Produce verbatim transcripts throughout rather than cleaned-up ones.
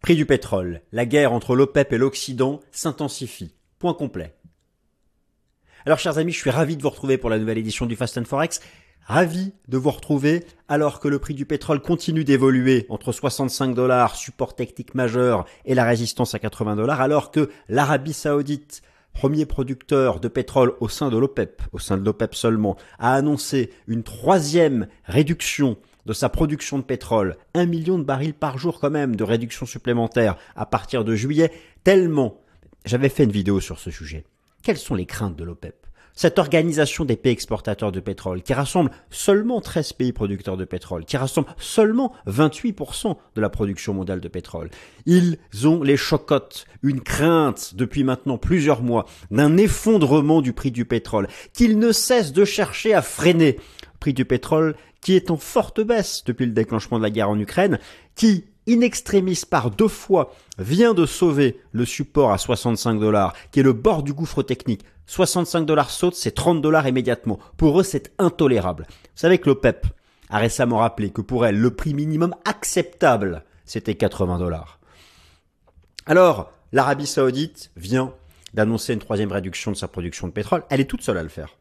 Prix du pétrole. La guerre entre l'OPEP et l'Occident s'intensifie. Point complet. Alors, chers amis, je suis ravi de vous retrouver pour la nouvelle édition du Fast and Forex. Ravi de vous retrouver alors que le prix du pétrole continue d'évoluer entre soixante-cinq dollars, support technique majeur, et la résistance à quatre-vingts dollars, alors que l'Arabie Saoudite, premier producteur de pétrole au sein de l'OPEP, au sein de l'OPEP seulement, a annoncé une troisième réduction de sa production de pétrole, un million de barils par jour quand même de réduction supplémentaire à partir de juillet, tellement. J'avais fait une vidéo sur ce sujet. Quelles sont les craintes de l'OPEP ? Cette organisation des pays exportateurs de pétrole qui rassemble seulement treize pays producteurs de pétrole, qui rassemble seulement vingt-huit pour cent de la production mondiale de pétrole. Ils ont les chocottes, une crainte depuis maintenant plusieurs mois d'un effondrement du prix du pétrole, qu'ils ne cessent de chercher à freiner. Prix du pétrole qui est en forte baisse depuis le déclenchement de la guerre en Ukraine, qui in extremis par deux fois vient de sauver le support à soixante-cinq dollars, qui est le bord du gouffre technique. soixante-cinq dollars saute, c'est trente dollars immédiatement. Pour eux, c'est intolérable. Vous savez que l'OPEP a récemment rappelé que pour elle, le prix minimum acceptable, c'était quatre-vingts dollars. Alors, l'Arabie Saoudite vient d'annoncer une troisième réduction de sa production de pétrole. Elle est toute seule à le faire.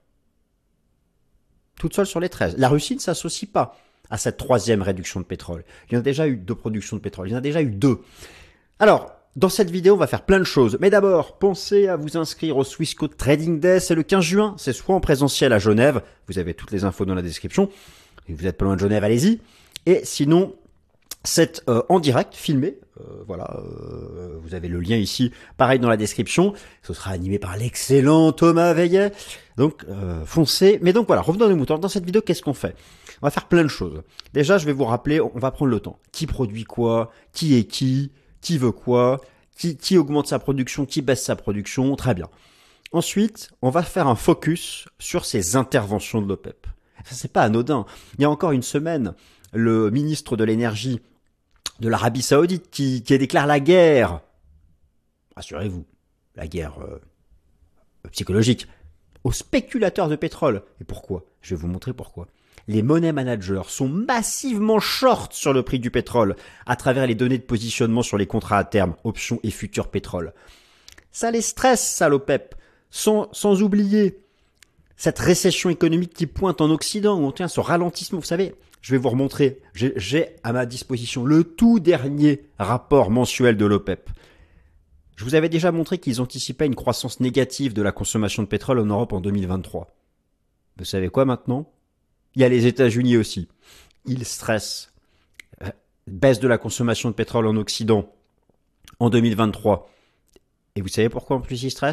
Toute seule sur les treize. La Russie ne s'associe pas à cette troisième réduction de pétrole. Il y en a déjà eu deux productions de pétrole. Il y en a déjà eu deux. Alors, dans cette vidéo, on va faire plein de choses. Mais d'abord, pensez à vous inscrire au Swissquote Trading Day. C'est le quinze juin. C'est soit en présentiel à Genève. Vous avez toutes les infos dans la description. Et vous êtes pas loin de Genève, allez-y. Et sinon, c'est euh, en direct, filmé. Euh, voilà, euh, vous avez le lien ici, pareil dans la description. Ce sera animé par l'excellent Thomas Veillet. Donc, euh, foncez. Mais donc voilà, revenons à nos moutons. Dans cette vidéo, qu'est-ce qu'on fait ? On va faire plein de choses. Déjà, je vais vous rappeler, on va prendre le temps. Qui produit quoi ? Qui est qui ? Qui veut quoi ? Qui, qui augmente sa production ? Qui baisse sa production ? Très bien. Ensuite, on va faire un focus sur ces interventions de l'OPEP. Ça, c'est pas anodin. Il y a encore une semaine, le ministre de l'énergie de l'Arabie Saoudite qui, qui déclare la guerre. Rassurez-vous, la guerre euh, psychologique aux spéculateurs de pétrole. Et pourquoi ? Je vais vous montrer pourquoi. Les money managers sont massivement short sur le prix du pétrole à travers les données de positionnement sur les contrats à terme, options et futurs pétrole. Ça les stresse, ça l'OPEP. Sans, sans oublier cette récession économique qui pointe en Occident, où on tient ce ralentissement. Vous savez, je vais vous remontrer, j'ai, j'ai à ma disposition le tout dernier rapport mensuel de l'OPEP. Je vous avais déjà montré qu'ils anticipaient une croissance négative de la consommation de pétrole en Europe en deux mille vingt-trois. Vous savez quoi maintenant ? Il y a les États-Unis aussi. Ils stressent. Baisse de la consommation de pétrole en Occident en deux mille vingt-trois. Et vous savez pourquoi en plus ils stressent ?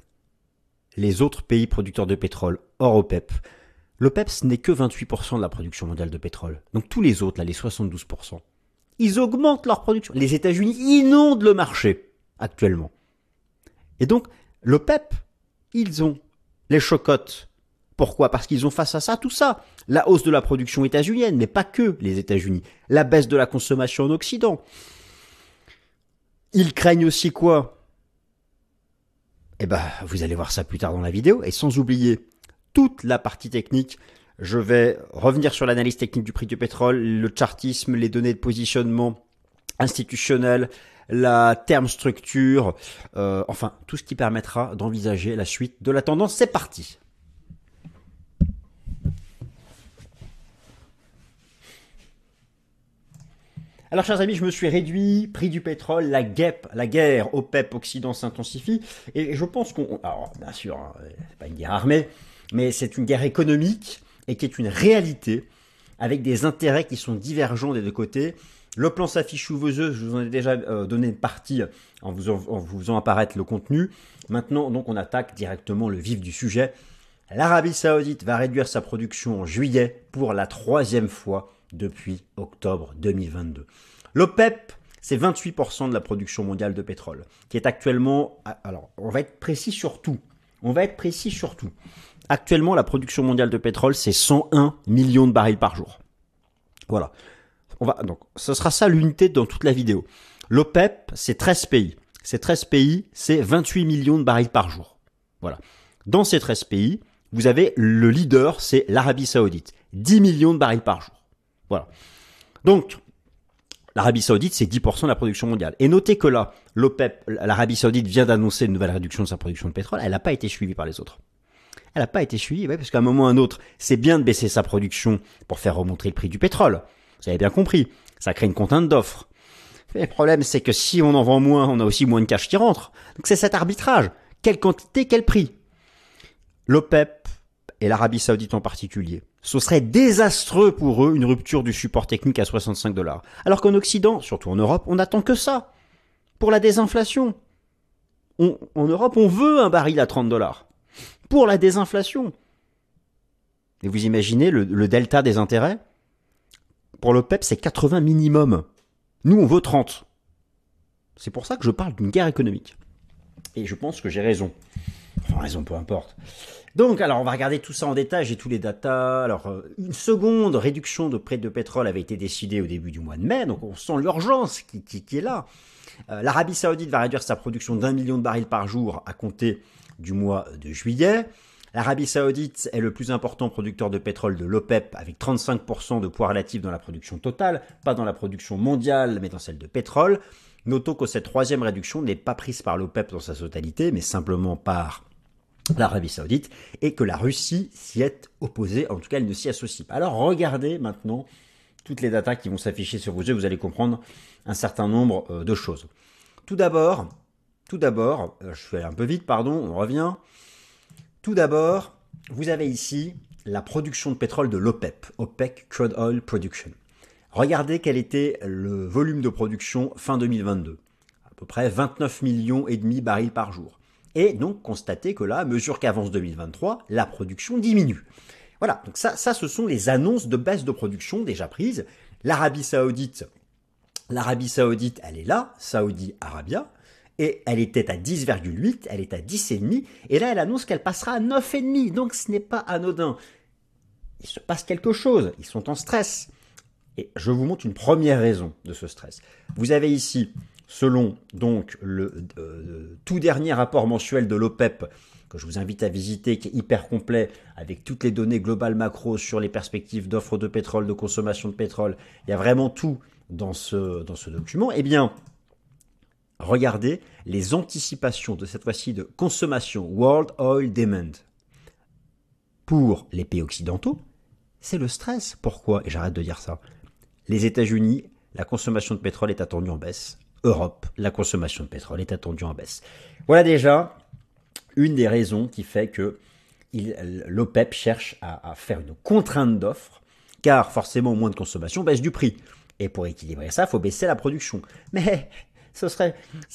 Les autres pays producteurs de pétrole hors OPEP. L'OPEP, ce n'est que vingt-huit pour cent de la production mondiale de pétrole. Donc tous les autres, là, les soixante-douze pour cent, ils augmentent leur production. Les États-Unis inondent le marché actuellement. Et donc, l'OPEP, ils ont les chocottes. Pourquoi ? Parce qu'ils ont face à ça tout ça. La hausse de la production états-unienne, mais pas que les États-Unis. La baisse de la consommation en Occident. Ils craignent aussi quoi ? Eh ben, vous allez voir ça plus tard dans la vidéo. Et sans oublier toute la partie technique, je vais revenir sur l'analyse technique du prix du pétrole, le chartisme, les données de positionnement institutionnel, la terme structure, euh, enfin, tout ce qui permettra d'envisager la suite de la tendance. C'est parti. Alors, chers amis, je me suis réduit, prix du pétrole, la guêpe, la guerre OPEP-Occident s'intensifie. Et je pense qu'on... Alors, bien sûr, hein, c'est pas une guerre armée, mais c'est une guerre économique et qui est une réalité avec des intérêts qui sont divergents des deux côtés. Le plan s'affiche sous vos yeux, je vous en ai déjà euh, donné une partie en vous, en, en vous faisant apparaître le contenu. Maintenant, donc, on attaque directement le vif du sujet. L'Arabie Saoudite va réduire sa production en juillet pour la troisième fois depuis octobre deux mille vingt-deux. L'OPEP, c'est vingt-huit pour cent de la production mondiale de pétrole, qui est actuellement... Alors, on va être précis sur tout. On va être précis sur tout. Actuellement, la production mondiale de pétrole, c'est cent un millions de barils par jour. Voilà. On va, donc, ce sera ça l'unité dans toute la vidéo. L'OPEP, c'est treize pays. Ces treize pays, c'est vingt-huit millions de barils par jour. Voilà. Dans ces treize pays, vous avez le leader, c'est l'Arabie Saoudite. dix millions de barils par jour. Voilà. Donc, L'Arabie Saoudite, c'est dix pour cent de la production mondiale. Et notez que là, l'OPEP, l'Arabie Saoudite vient d'annoncer une nouvelle réduction de sa production de pétrole. Elle n'a pas été suivie par les autres. Elle n'a pas été suivie, ouais, parce qu'à un moment ou à un autre, c'est bien de baisser sa production pour faire remonter le prix du pétrole. Vous avez bien compris. Ça crée une contrainte d'offre. Mais le problème, c'est que si on en vend moins, on a aussi moins de cash qui rentre. Donc c'est cet arbitrage. Quelle quantité, quel prix? L'OPEP et l'Arabie Saoudite en particulier. Ce serait désastreux pour eux une rupture du support technique à soixante-cinq dollars. Alors qu'en Occident, surtout en Europe, on n'attend que ça pour la désinflation. On, en Europe, on veut un baril à trente dollars pour la désinflation. Et vous imaginez le, le delta des intérêts? Pour l'OPEP, c'est quatre-vingts minimum. Nous, on veut trente. C'est pour ça que je parle d'une guerre économique. Et je pense que j'ai raison. Enfin, raison, peu importe. Donc, alors, on va regarder tout ça en détail. J'ai tous les datas. Alors, une seconde réduction de prix de pétrole avait été décidée au début du mois de mai. Donc, on sent l'urgence qui, qui, qui est là. Euh, L'Arabie Saoudite va réduire sa production d'un million de barils par jour à compter du mois de juillet. L'Arabie Saoudite est le plus important producteur de pétrole de l'OPEP avec trente-cinq pour cent de poids relatif dans la production totale, pas dans la production mondiale, mais dans celle de pétrole. Notons que cette troisième réduction n'est pas prise par l'OPEP dans sa totalité, mais simplement par l'Arabie Saoudite, et que la Russie s'y est opposée, en tout cas elle ne s'y associe pas. Alors regardez maintenant toutes les datas qui vont s'afficher sur vos yeux, vous allez comprendre un certain nombre de choses. Tout d'abord, tout d'abord, je fais un peu vite, pardon, on revient. Tout d'abord, vous avez ici la production de pétrole de l'OPEP, OPEC Crude Oil Production. Regardez quel était le volume de production fin deux mille vingt-deux. À peu près vingt-neuf millions et demi barils par jour. Et donc, constatez que là, à mesure qu'avance deux mille vingt-trois, la production diminue. Voilà, donc ça, ça, ce sont les annonces de baisse de production déjà prises. L'Arabie Saoudite, l'Arabie Saoudite, elle est là, Saudi Arabia, et elle était à dix virgule huit, elle est à dix virgule cinq, et là, elle annonce qu'elle passera à neuf virgule cinq, donc ce n'est pas anodin. Il se passe quelque chose, ils sont en stress. Et je vous montre une première raison de ce stress. Vous avez ici, selon donc le euh, tout dernier rapport mensuel de l'OPEP, que je vous invite à visiter, qui est hyper complet, avec toutes les données globales macro sur les perspectives d'offres de pétrole, de consommation de pétrole, il y a vraiment tout dans ce, dans ce document, eh bien, regardez les anticipations de cette fois-ci de consommation World Oil Demand. Pour les pays occidentaux, c'est le stress. Pourquoi? Et j'arrête de dire ça. Les États-Unis, la consommation de pétrole est attendue en baisse. Europe, la consommation de pétrole est attendue en baisse. Voilà déjà une des raisons qui fait que l'OPEP cherche à, à faire une contrainte d'offre, car forcément moins de consommation baisse du prix. Et pour équilibrer ça, il faut baisser la production. Mais ce serait,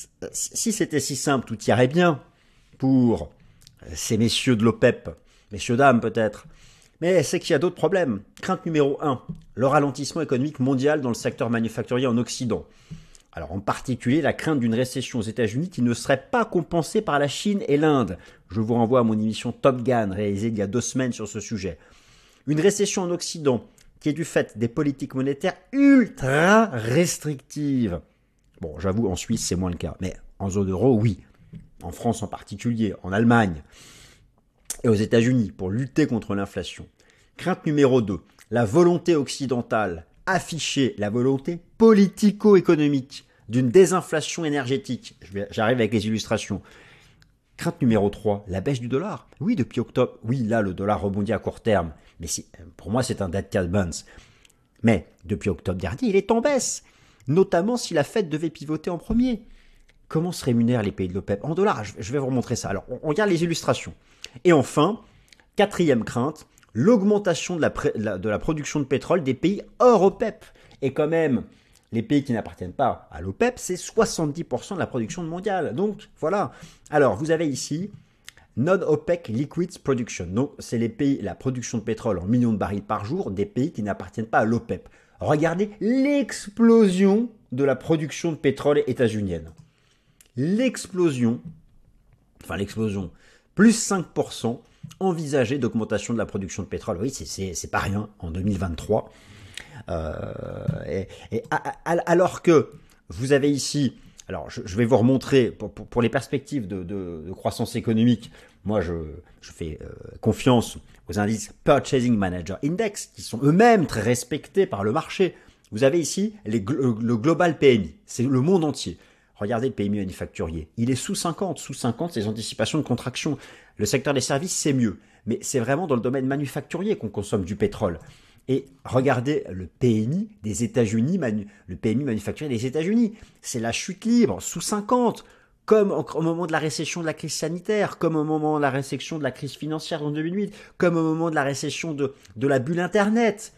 si c'était si simple, tout irait bien pour ces messieurs de l'OPEP, messieurs dames peut-être. Mais c'est qu'il y a d'autres problèmes. Crainte numéro un, le ralentissement économique mondial dans le secteur manufacturier en Occident. Alors en particulier la crainte d'une récession aux États-Unis qui ne serait pas compensée par la Chine et l'Inde. Je vous renvoie à mon émission Top Gun réalisée il y a deux semaines sur ce sujet. Une récession en Occident qui est du fait des politiques monétaires ultra restrictives. Bon, j'avoue, en Suisse, c'est moins le cas. Mais en zone euro, oui. En France en particulier, en Allemagne et aux États-Unis pour lutter contre l'inflation. Crainte numéro deux, la volonté occidentale affichée, la volonté politico-économique d'une désinflation énergétique. J'arrive avec les illustrations. Crainte numéro trois, la baisse du dollar. Oui, depuis octobre, oui, là, le dollar rebondit à court terme. Mais si, pour moi, c'est un dead cat bounce. Mais depuis octobre dernier, il est en baisse. Notamment si la Fed devait pivoter en premier. Comment se rémunèrent les pays de l'OPEP? En dollars, je vais vous remontrer ça. Alors, on regarde les illustrations. Et enfin, quatrième crainte, l'augmentation de la, de la production de pétrole des pays hors OPEP. Et quand même, les pays qui n'appartiennent pas à l'OPEP, c'est soixante-dix pour cent de la production mondiale. Donc, voilà. Alors, vous avez ici Non-OPEC Liquids Production. Donc, c'est les pays, la production de pétrole en millions de barils par jour des pays qui n'appartiennent pas à l'OPEP. Regardez l'explosion de la production de pétrole états-unienne. L'explosion, enfin l'explosion, plus cinq pour cent envisagée d'augmentation de la production de pétrole. Oui, c'est pas rien en deux mille vingt-trois. Euh, et, et a, a, alors que vous avez ici, alors je, je vais vous remontrer pour, pour, pour les perspectives de, de, de croissance économique, moi je, je fais euh, confiance aux indices Purchasing Manager Index qui sont eux-mêmes très respectés par le marché. Vous avez ici les, le global P M I, c'est le monde entier. Regardez le P M I manufacturier, il est sous cinquante. Sous cinquante, c'est les anticipations de contraction. Le secteur des services, c'est mieux. Mais c'est vraiment dans le domaine manufacturier qu'on consomme du pétrole. Et regardez le P M I des États-Unis, le P M I manufacturier des États-Unis. C'est la chute libre, sous cinquante. Comme au moment de la récession de la crise sanitaire, comme au moment de la récession de la crise financière en deux mille huit, comme au moment de la récession de, de la bulle Internet.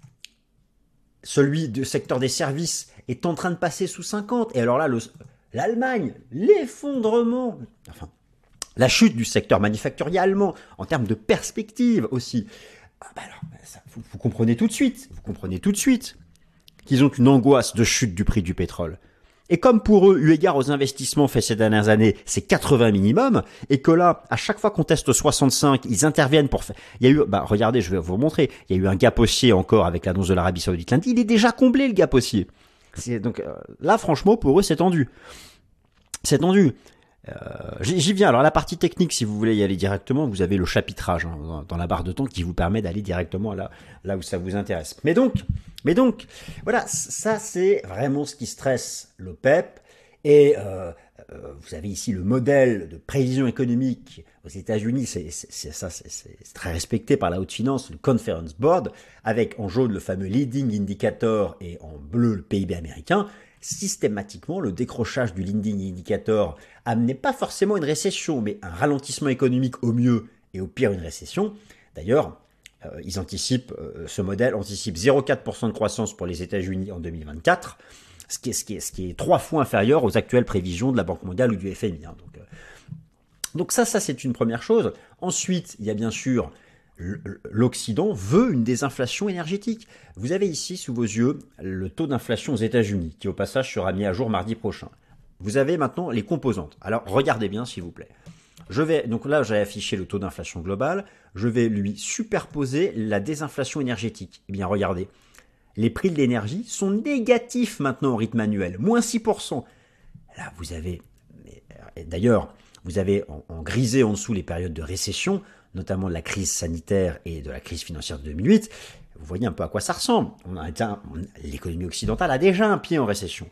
Celui du secteur des services est en train de passer sous cinquante. Et alors là, le, l'Allemagne, l'effondrement, enfin, la chute du secteur manufacturier allemand, en termes de perspective aussi. Ah bah alors, ça, vous, vous comprenez tout de suite, vous comprenez tout de suite qu'ils ont une angoisse de chute du prix du pétrole. Et comme pour eux, eu égard aux investissements faits ces dernières années, c'est quatre-vingts minimum, et que là, à chaque fois qu'on teste soixante-cinq, ils interviennent pour faire... Il y a eu, bah regardez, je vais vous montrer, il y a eu un gap haussier encore avec l'annonce de l'Arabie Saoudite lundi, il est déjà comblé le gap haussier. C'est, donc euh, là, franchement, pour eux, c'est tendu. C'est tendu. Euh, j'y viens. Alors la partie technique, si vous voulez y aller directement, vous avez le chapitrage hein, dans la barre de temps qui vous permet d'aller directement là, là où ça vous intéresse. Mais donc, mais donc, voilà, ça c'est vraiment ce qui stresse l'OPEP. Et euh, euh, vous avez ici le modèle de prévision économique aux États-Unis, c'est, c'est, c'est ça, c'est, c'est très respecté par la haute finance, le Conference Board, avec en jaune le fameux leading indicator et en bleu le P I B américain. Systématiquement, le décrochage du leading indicator amenait pas forcément une récession, mais un ralentissement économique au mieux et au pire une récession. D'ailleurs, euh, ils anticipent, euh, ce modèle anticipe zéro virgule quatre pour cent de croissance pour les États-Unis en deux mille vingt-quatre, ce qui est, ce qui est, ce qui est trois fois inférieur aux actuelles prévisions de la Banque mondiale ou du F M I. Hein. Donc, euh, donc ça, ça c'est une première chose. Ensuite, il y a bien sûr l'Occident veut une désinflation énergétique. Vous avez ici sous vos yeux le taux d'inflation aux États-Unis, qui au passage sera mis à jour mardi prochain. Vous avez maintenant les composantes. Alors regardez bien s'il vous plaît. Je vais donc là j'ai affiché le taux d'inflation global. Je vais lui superposer la désinflation énergétique. Eh bien regardez, les prix de l'énergie sont négatifs maintenant au rythme annuel, moins six pour cent. Là vous avez, d'ailleurs vous avez en, en grisé en dessous les périodes de récession, notamment de la crise sanitaire et de la crise financière de deux mille huit, vous voyez un peu à quoi ça ressemble. On a un, l'économie occidentale a déjà un pied en récession.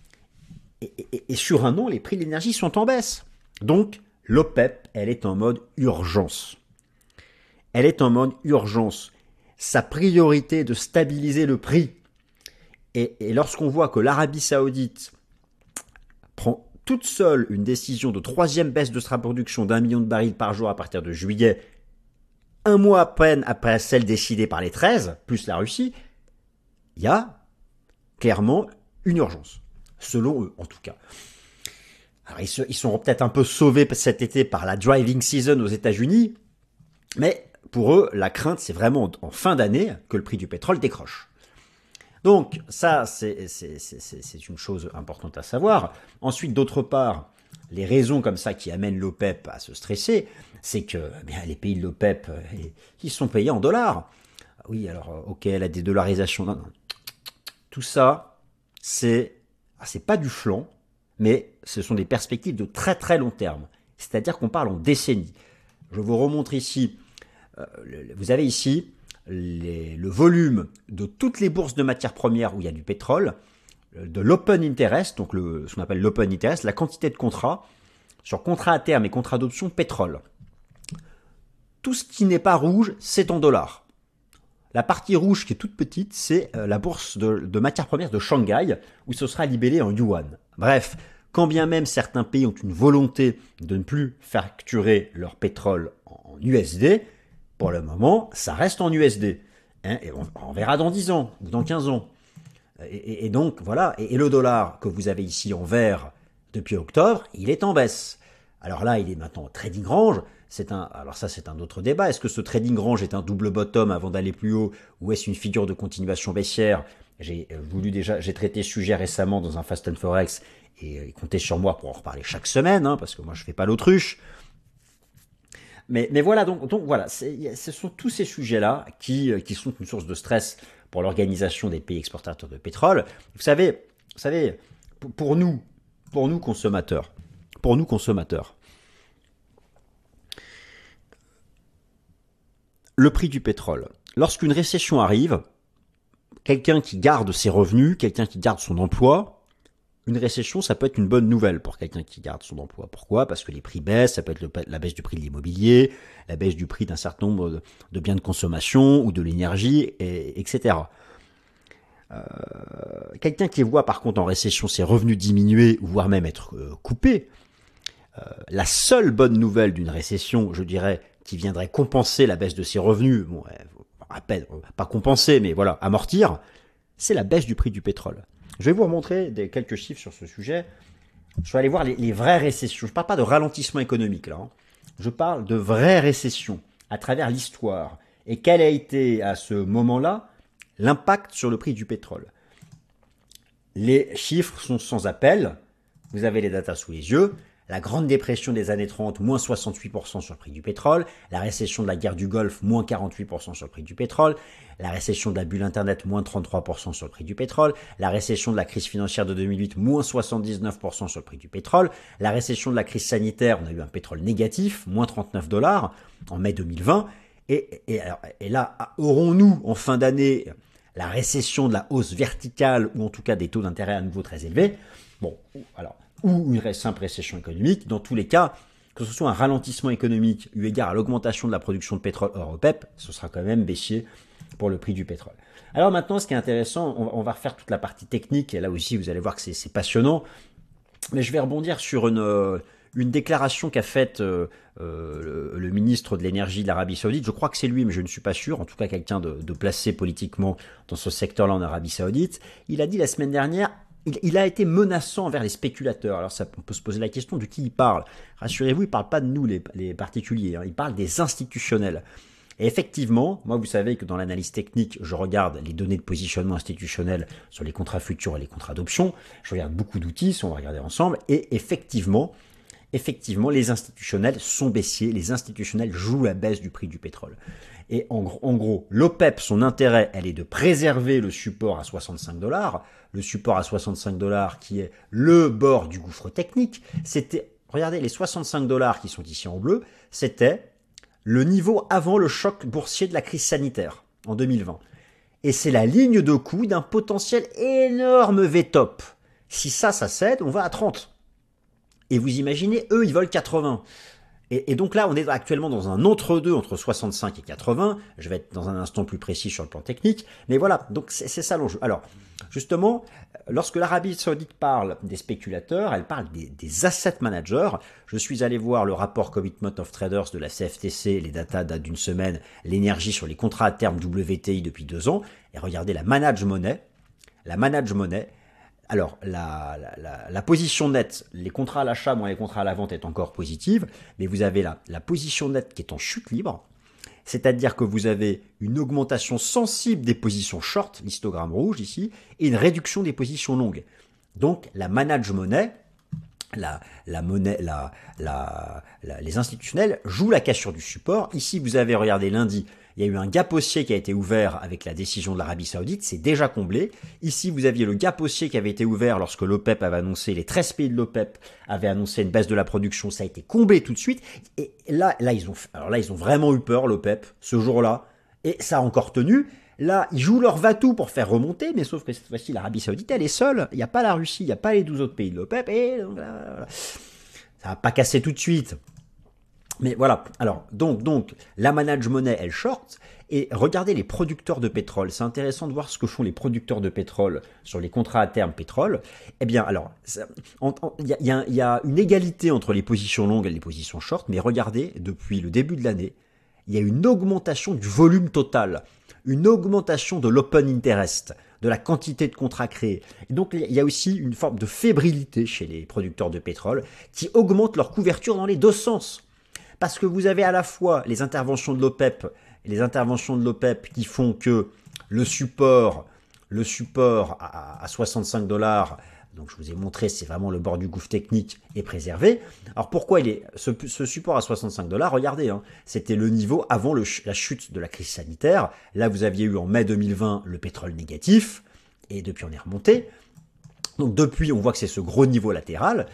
Et, et, et sur un an, les prix de l'énergie sont en baisse. Donc, l'OPEP, elle est en mode urgence. Elle est en mode urgence. Sa priorité est de stabiliser le prix. Et, et lorsqu'on voit que l'Arabie Saoudite prend toute seule une décision de troisième baisse de sa production d'un million de barils par jour à partir de juillet, un mois à peine après celle décidée par les treize, plus la Russie, il y a clairement une urgence, selon eux en tout cas. Alors ils, se, ils seront peut-être un peu sauvés cet été par la driving season aux États-Unis, mais pour eux, la crainte c'est vraiment en fin d'année que le prix du pétrole décroche. Donc ça, c'est, c'est, c'est, c'est une chose importante à savoir. Ensuite, d'autre part, les raisons comme ça qui amènent l'OPEP à se stresser, c'est que eh bien, les pays de l'OPEP, ils sont payés en dollars. Oui, alors, ok, la dédollarisation, non, non. Tout ça, c'est, c'est pas du flan, mais ce sont des perspectives de très très long terme. C'est-à-dire qu'on parle en décennies. Je vous remontre ici, euh, vous avez ici Les, le volume de toutes les bourses de matières premières où il y a du pétrole, de l'open interest, donc le, ce qu'on appelle l'open interest, la quantité de contrats, sur contrats à terme et contrats d'option pétrole. Tout ce qui n'est pas rouge, c'est en dollars. La partie rouge qui est toute petite, c'est la bourse de, de matières premières de Shanghai, où ce sera libellé en yuan. Bref, quand bien même certains pays ont une volonté de ne plus facturer leur pétrole en U S D, pour le moment, ça reste en U S D. Hein, et on, on verra dans dix ans ou dans quinze ans. Et, et, et donc, voilà. Et, et le dollar que vous avez ici en vert depuis octobre, il est en baisse. Alors là, il est maintenant trading range. C'est un, alors ça, c'est un autre débat. Est-ce que ce trading range est un double bottom avant d'aller plus haut ou est-ce une figure de continuation baissière? J'ai voulu déjà, j'ai traité ce sujet récemment dans un Fast and Forex et, et comptez sur moi pour en reparler chaque semaine, hein, parce que moi, je fais pas l'autruche. Mais, mais voilà, donc, donc voilà, c'est, ce sont tous ces sujets-là qui, qui sont une source de stress pour l'organisation des pays exportateurs de pétrole. Vous savez, vous savez, pour nous, pour nous consommateurs, pour nous consommateurs, le prix du pétrole, lorsqu'une récession arrive, quelqu'un qui garde ses revenus, quelqu'un qui garde son emploi, une récession, ça peut être une bonne nouvelle pour quelqu'un qui garde son emploi. Pourquoi? Parce que les prix baissent, ça peut être le, la baisse du prix de l'immobilier, la baisse du prix d'un certain nombre de, de biens de consommation ou de l'énergie, et, etc. Euh, quelqu'un qui voit par contre en récession ses revenus diminuer, voire même être euh, coupés, euh, la seule bonne nouvelle d'une récession, je dirais, qui viendrait compenser la baisse de ses revenus, bon, à peine, pas compenser, mais voilà, amortir, c'est la baisse du prix du pétrole. Je vais vous remontrer des, quelques chiffres sur ce sujet. Je vais aller voir les, les vraies récessions. Je ne parle pas de ralentissement économique là. Hein. Je parle de vraies récessions à travers l'histoire. Et quel a été à ce moment-là l'impact sur le prix du pétrole? Les chiffres sont sans appel. Vous avez les datas sous les yeux. La grande dépression des années trente, moins soixante-huit pour cent sur le prix du pétrole. La récession de la guerre du Golfe, moins quarante-huit pour cent sur le prix du pétrole. La récession de la bulle Internet, moins trente-trois pour cent sur le prix du pétrole. La récession de la crise financière de deux mille huit, moins soixante-dix-neuf pour cent sur le prix du pétrole. La récession de la crise sanitaire, on a eu un pétrole négatif, moins trente-neuf dollars en mai deux mille vingt. Et, et, alors, et là, aurons-nous en fin d'année la récession de la hausse verticale ou en tout cas des taux d'intérêt à nouveau très élevés? Bon, alors... ou une simple récession économique, dans tous les cas, que ce soit un ralentissement économique eu égard à l'augmentation de la production de pétrole hors OPEP, ce sera quand même baissier pour le prix du pétrole. Alors maintenant, ce qui est intéressant, on, on va refaire toute la partie technique, et là aussi vous allez voir que c'est passionnant, mais je vais rebondir sur une, euh, une déclaration qu'a faite euh, euh, le, le ministre de l'énergie de l'Arabie Saoudite. Je crois que c'est lui, mais je ne suis pas sûr, en tout cas quelqu'un de, de placé politiquement dans ce secteur-là en Arabie Saoudite. Il a dit la semaine dernière, Il, il a été menaçant envers les spéculateurs. Alors ça, on peut se poser la question de qui il parle. Rassurez-vous, il ne parle pas de nous, les, les particuliers. Hein. Il parle des institutionnels. Et effectivement, moi vous savez que dans l'analyse technique, je regarde les données de positionnement institutionnel sur les contrats futurs et les contrats d'options. Je regarde beaucoup d'outils, on va regarder ensemble. Et effectivement, effectivement, les institutionnels sont baissiers. Les institutionnels jouent la baisse du prix du pétrole. Et en, en gros, l'OPEP, son intérêt, elle est de préserver le support à soixante-cinq dollars. Le support à soixante-cinq dollars qui est le bord du gouffre technique. C'était, regardez, les soixante-cinq dollars qui sont ici en bleu, c'était le niveau avant le choc boursier de la crise sanitaire en deux mille vingt. Et c'est la ligne de coût d'un potentiel énorme V top. Si ça, ça cède, on va à trente. Et vous imaginez, eux, ils veulent quatre-vingts. Et, et donc là, on est actuellement dans un entre-deux entre soixante-cinq et quatre-vingts. Je vais être dans un instant plus précis sur le plan technique. Mais voilà, donc c'est ça l'enjeu. Alors, justement, lorsque l'Arabie Saoudite parle des spéculateurs, elle parle des, des asset managers. Je suis allé voir le rapport Commitment of Traders de la C F T C, les datas datent d'une semaine, l'énergie sur les contrats à terme W T I depuis deux ans. Et regardez la manage money. La manage money. Alors, la, la, la, la position nette, les contrats à l'achat moins les contrats à la vente est encore positive, mais vous avez la, la position nette qui est en chute libre, c'est-à-dire que vous avez une augmentation sensible des positions short, l'histogramme rouge ici, et une réduction des positions longues. Donc, la manage money, la, la monnaie, la, la, la, les institutionnels jouent la cassure du support. Ici, vous avez, regardé lundi, il y a eu un gap haussier qui a été ouvert avec la décision de l'Arabie Saoudite, c'est déjà comblé. Ici, vous aviez le gap haussier qui avait été ouvert lorsque l'OPEP avait annoncé, les treize pays de l'OPEP avaient annoncé une baisse de la production, ça a été comblé tout de suite. Et là, là, ils ont, alors là, ils ont vraiment eu peur, l'OPEP, ce jour-là, et ça a encore tenu. Là, ils jouent leur va-tout pour faire remonter, mais sauf que cette fois-ci, l'Arabie Saoudite, elle est seule. Il n'y a pas la Russie, il n'y a pas les douze autres pays de l'OPEP, et donc, là, voilà. Ça va pas casser tout de suite. Mais voilà, alors, donc, donc, la manage money, elle short, et regardez les producteurs de pétrole. C'est intéressant de voir ce que font les producteurs de pétrole sur les contrats à terme pétrole. Eh bien, alors, il y, y, y a une égalité entre les positions longues et les positions short, mais regardez, depuis le début de l'année, il y a une augmentation du volume total, une augmentation de l'open interest, de la quantité de contrats créés. Et donc, il y a aussi une forme de fébrilité chez les producteurs de pétrole qui augmentent leur couverture dans les deux sens. Parce que vous avez à la fois les interventions de l'OPEP et les interventions de l'OPEP qui font que le support, le support à, à soixante-cinq dollars, donc je vous ai montré, c'est vraiment le bord du gouffre technique, est préservé. Alors pourquoi il est ce, ce support à soixante-cinq dollars? Regardez, hein, c'était le niveau avant le, la chute de la crise sanitaire. Là, vous aviez eu en mai deux mille vingt le pétrole négatif, et depuis on est remonté. Donc depuis, on voit que c'est ce gros niveau latéral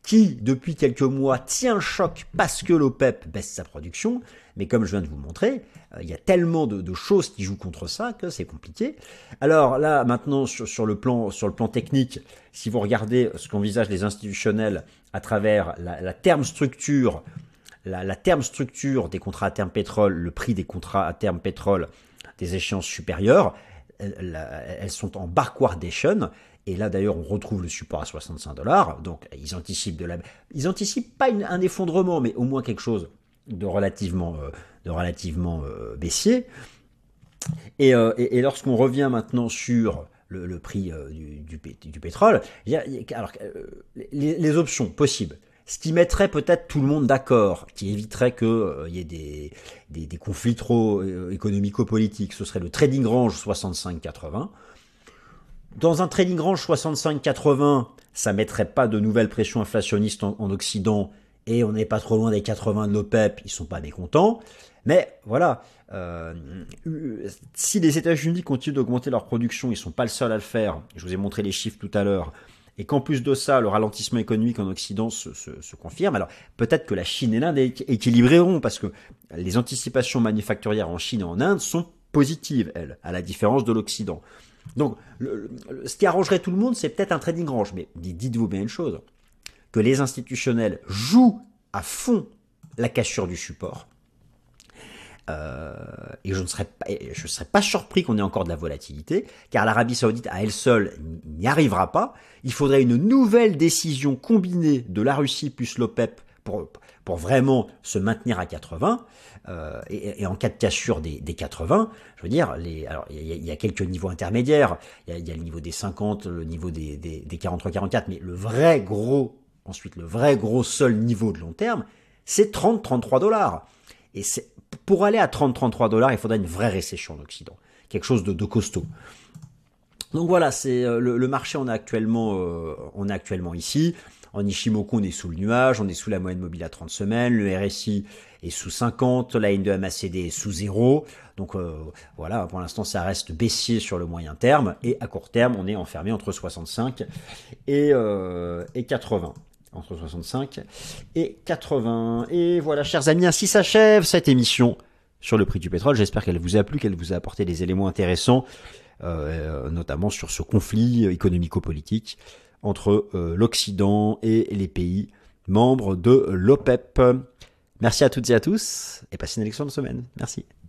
qui, depuis quelques mois, tient le choc parce que l'OPEP baisse sa production. Mais comme je viens de vous le montrer, euh, il y a tellement de, de choses qui jouent contre ça que c'est compliqué. Alors là, maintenant, sur, sur, le plan, sur le plan technique, si vous regardez ce qu'envisagent les institutionnels à travers la, la terme structure, la, la terme structure des contrats à terme pétrole, le prix des contrats à terme pétrole des échéances supérieures, elles, elles sont en backwardation. Et là, d'ailleurs, on retrouve le support à soixante-cinq dollars. Donc, ils anticipent de la, ils anticipent pas une, un effondrement, mais au moins quelque chose de relativement, euh, de relativement euh, baissier. Et, euh, et, et lorsqu'on revient maintenant sur le, le prix euh, du, du, du pétrole, il y a, il y a, alors, euh, les, les options possibles, ce qui mettrait peut-être tout le monde d'accord, qui éviterait qu'il euh, y ait des, des, des conflits trop euh, économico-politiques, ce serait le trading range soixante-cinq quatre-vingts. Dans un trading range soixante-cinq quatre-vingts, ça mettrait pas de nouvelles pressions inflationnistes en, en Occident, et on n'est pas trop loin des quatre-vingts de l'OPEP, ils sont pas mécontents. Mais voilà, euh, si les États-Unis continuent d'augmenter leur production, ils sont pas le seul à le faire. Je vous ai montré les chiffres tout à l'heure. Et qu'en plus de ça, le ralentissement économique en Occident se, se, se confirme. Alors peut-être que la Chine et l'Inde équilibreront, parce que les anticipations manufacturières en Chine et en Inde sont positives, elles, à la différence de l'Occident. Donc, le, le, ce qui arrangerait tout le monde, c'est peut-être un trading range. Mais dites-vous bien une chose, que les institutionnels jouent à fond la cassure du support. Euh, et je ne serais pas, je serais pas surpris qu'on ait encore de la volatilité, car l'Arabie Saoudite à elle seule n'y arrivera pas. Il faudrait une nouvelle décision combinée de la Russie plus l'OPEP pour, pour vraiment se maintenir à quatre-vingts. Euh, et, et en cas de cassure des, des quatre-vingts, je veux dire, les, alors il y, y a quelques niveaux intermédiaires. Il y a, y a le niveau des cinquante, le niveau des, des, des quarante-trois quarante-quatre, mais le vrai gros, ensuite le vrai gros seul niveau de long terme, c'est trente à trente-trois dollars. Et c'est pour aller à trente à trente-trois dollars, il faudra une vraie récession en Occident, quelque chose de, de costaud. Donc voilà, c'est euh, le, le marché, on est actuellement, euh, on est actuellement ici. En Ishimoku, on est sous le nuage, on est sous la moyenne mobile à trente semaines, le R S I est sous cinquante, la N deux M A C D est sous zéro. Donc euh, voilà, pour l'instant, ça reste baissier sur le moyen terme, et à court terme, on est enfermé entre soixante-cinq et, euh, et quatre-vingts. Entre soixante-cinq et quatre-vingts. Et voilà, chers amis, ainsi s'achève cette émission sur le prix du pétrole. J'espère qu'elle vous a plu, qu'elle vous a apporté des éléments intéressants, euh, notamment sur ce conflit économico-politique entre euh, l'Occident et les pays membres de l'OPEP. Merci à toutes et à tous, et passez une excellente semaine. Merci.